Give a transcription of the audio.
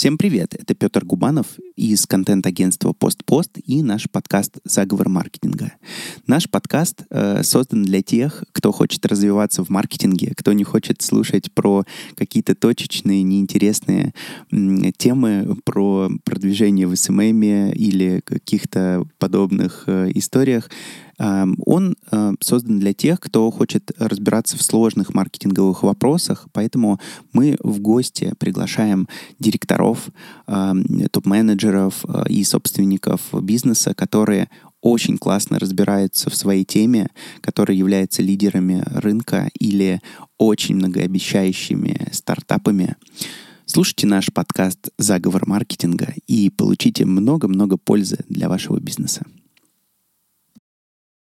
Всем привет! Это Петр Губанов из контент-агентства «Пост-Пост» и наш подкаст «Заговор маркетинга». Наш подкаст создан для тех, кто хочет развиваться в маркетинге, кто не хочет слушать про какие-то точечные, неинтересные темы, про продвижение в СММе или каких-то подобных историях. Он создан для тех, кто хочет разбираться в сложных маркетинговых вопросах, поэтому мы в гости приглашаем директоров, топ-менеджеров и собственников бизнеса, которые очень классно разбираются в своей теме, которые являются лидерами рынка или очень многообещающими стартапами. Слушайте наш подкаст «Заговор маркетинга» и получите много-много пользы для вашего бизнеса.